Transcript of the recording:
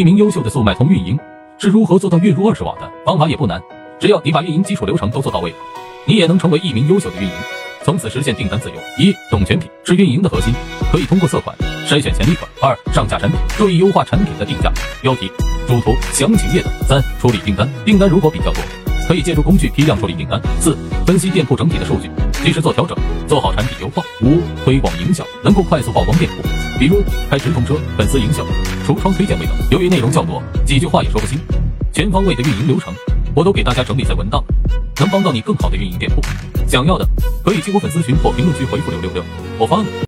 一名优秀的速卖通运营是如何做到月入20万的？方法也不难，只要你把运营基础流程都做到位了，你也能成为一名优秀的运营，从此实现订单自由。一、懂选品是运营的核心，可以通过色款筛选潜力款。二、上架产品，注意优化产品的定价、标题、主图、详情页等。三、处理订单，订单如果比较多，可以借助工具批量处理订单。四、分析店铺整体的数据，及时做调整，做好产品优化。五、推广营销，能够快速曝光店铺，比如开直通车、粉丝营销、橱窗推荐位等。由于内容较多，几句话也说不清，全方位的运营流程我都给大家整理在文档，能帮到你更好的运营店铺。想要的可以进我粉丝群或评论区回复666，我发你。